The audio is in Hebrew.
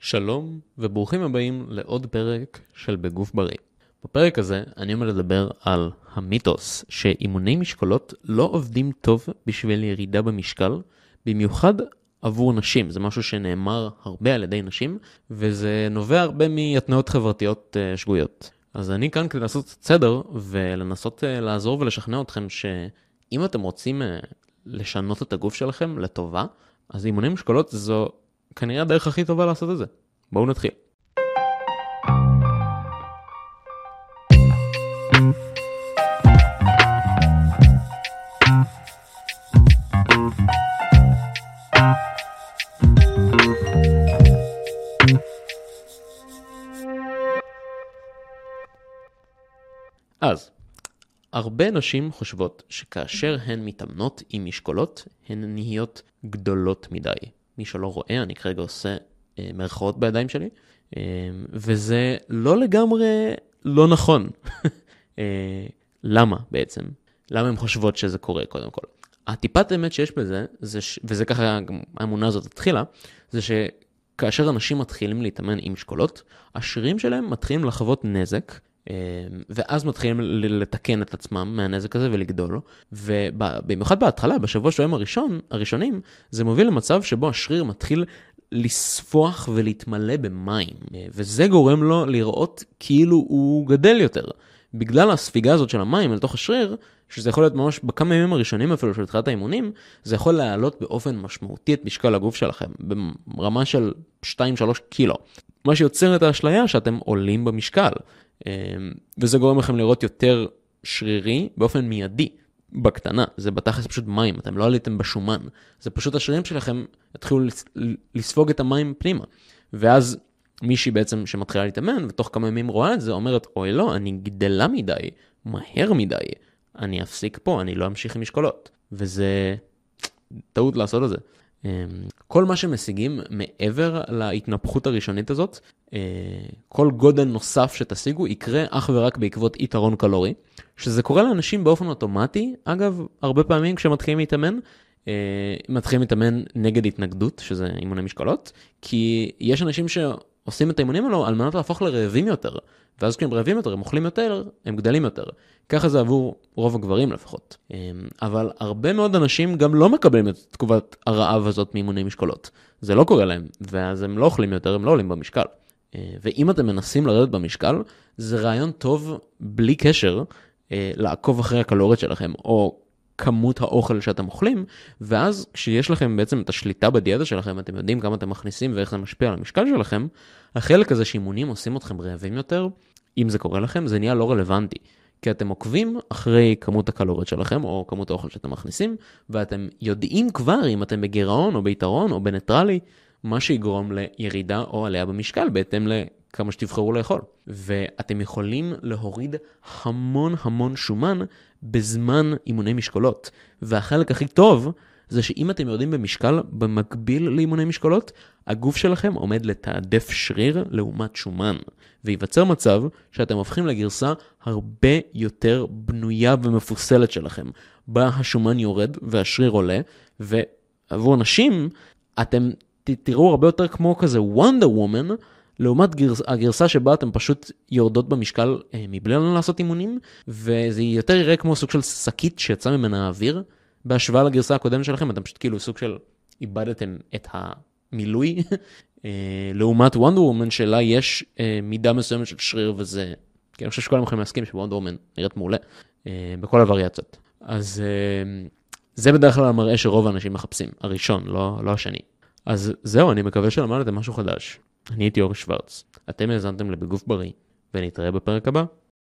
שלום וברוכים הבאים לעוד פרק של בגוף בריא. בפרק הזה אני עומד לדבר על המיתוס שאימוני משקולות לא עובדים טוב בשביל ירידה במשקל, במיוחד עבור נשים. זה משהו שנאמר הרבה על ידי נשים, וזה נובע הרבה מהתנאות חברתיות שגויות. אז אני כאן כדי לעשות סדר ולנסות לעזור ולשכנע אתכם שאם אתם רוצים לשנות את הגוף שלכם לטובה, אז אימוני משקולות זו כנראה הדרך הכי טובה לעשות את זה. בואו נתחיל. אז, הרבה נשים חושבות שכאשר הן מתאמנות עם משקולות, הן נהיות גדולות מדי. מי שלא רואה, אני כרגע עושה מרכאות בידיים שלי, וזה לא לגמרי לא נכון. למה בעצם? למה הן חושבות שזה קורה קודם כל? הטיפת אמת שיש בזה, וזה ככה האמונה הזאת התחילה, זה שכאשר אנשים מתחילים להתאמן עם משקולות, השרירים שלהם מתחילים לחוות נזק, ואז מתחילים לתקן את עצמם מהנזק הזה ולגדול, ובמיוחד בהתחלה, בשבוע שבועיים הראשונים, זה מוביל למצב שבו השריר מתחיל לספוח ולהתמלא במים, וזה גורם לו לראות כאילו הוא גדל יותר. בגלל הספיגה הזאת של המים לתוך השריר, שזה יכול להיות ממש בכמה ימים הראשונים אפילו של התחלת האימונים, זה יכול להעלות באופן משמעותי את משקל הגוף שלכם, ברמה של 2-3 קילו. מה שיוצר את האשליה שאתם עולים במשקל. וזה גורם לכם לראות יותר שרירי באופן מיידי, בקטנה. זה בתכלס פשוט מים, אתם לא עליתם בשומן. זה פשוט השרירים שלכם התחילו לספוג את המים פנימה. ואז מישהי בעצם שמתחילה להתאמן, ותוך כמה ימים רואה את זה, אומרת, אוי לא, אני גדלה מדי, מהר מדי, אני אפסיק פה, אני לא אמשיך עם משקולות. וזה טעות לעשות את זה. כל מה שמשיגים מעבר להתנפחות הראשונית הזאת, כל גודל נוסף שתשיגו יקרה אך ורק בעקבות יתרון קלורי, שזה קורה לאנשים באופן אוטומטי. אגב, הרבה פעמים כשמתחילים להתאמן נגד התנגדות, שזה אימוני משקולות, כי יש אנשים שעושים את האימונים האלו על מנת להפוך לרעבים יותר, ואז כשהם רעבים יותר, הם אוכלים יותר, הם גדלים יותר. ככה זה עבור רוב הגברים לפחות. אבל הרבה מאוד אנשים גם לא מקבלים את תגובת הרעב הזאת מאימוני משקולות. זה לא קורה להם, ואז הם לא אוכלים יותר, הם לא עולים במשקל. ואם אתם מנסים לרדת במשקל, זה רעיון טוב בלי קשר לעקוב אחרי הקלוריות שלכם, או כמות האוכל שאתם אוכלים, ואז כשיש לכם בעצם את השליטה בדיאטה שלכם, אתם יודעים כמה אתם מכניסים ואיך זה משפיע על המשקל שלכם, החלק הזה שאימונים עושים אתכם רעבים יותר, אם זה קורה לכם, זה נהיה לא רלוונטי. כי אתם עוקבים אחרי כמות הקלוריות שלכם, או כמות האוכל שאתם מכניסים, ואתם יודעים כבר אם אתם בגירעון, או ביתרון, או בניטרלי, מה שיגרום לירידה או עלייה במשקל, בהתאם לכמה שתבחרו לאכול. ואתם יכולים להוריד המון שומן בזמן אימוני משקולות. והחלק הכי טוב, זה שאם אתם יורדים במשקל במקביל לאימוני משקולות, הגוף שלכם עומד לתעדף שריר לעומת שומן. וייווצר מצב שאתם הופכים לגרסה הרבה יותר בנויה ומפוסלת שלכם. בה השומן יורד והשריר עולה, ועבור אנשים אתם תראו הרבה יותר כמו כזה וונדר וומן, לעומת הגרסה שבה אתם פשוט יורדות במשקל מבלי לעשות אימונים, וזה יותר יראה כמו סוג של שקית שיצא ממנה האוויר, בהשוואה לגרסה הקודמת שלכם, אתם פשוט כאילו סוג של איבדתם את המילוי, לעומת וונדר וומן שלה יש מידה מסוימת של שריר, וזה, כי אני חושב שכולם יכולים להסכים שוונדר וומן נראית מעולה, בכל הווריאציות. אז זה בדרך כלל המראה שרוב האנשים מחפשים, הראשון, לא השני. אז זהו, אני מקווה שלמדתם משהו חדש. אני הייתי אורי שוורץ, אתם האזנתם לבגוף בריא, ונתראה בפרק הבא.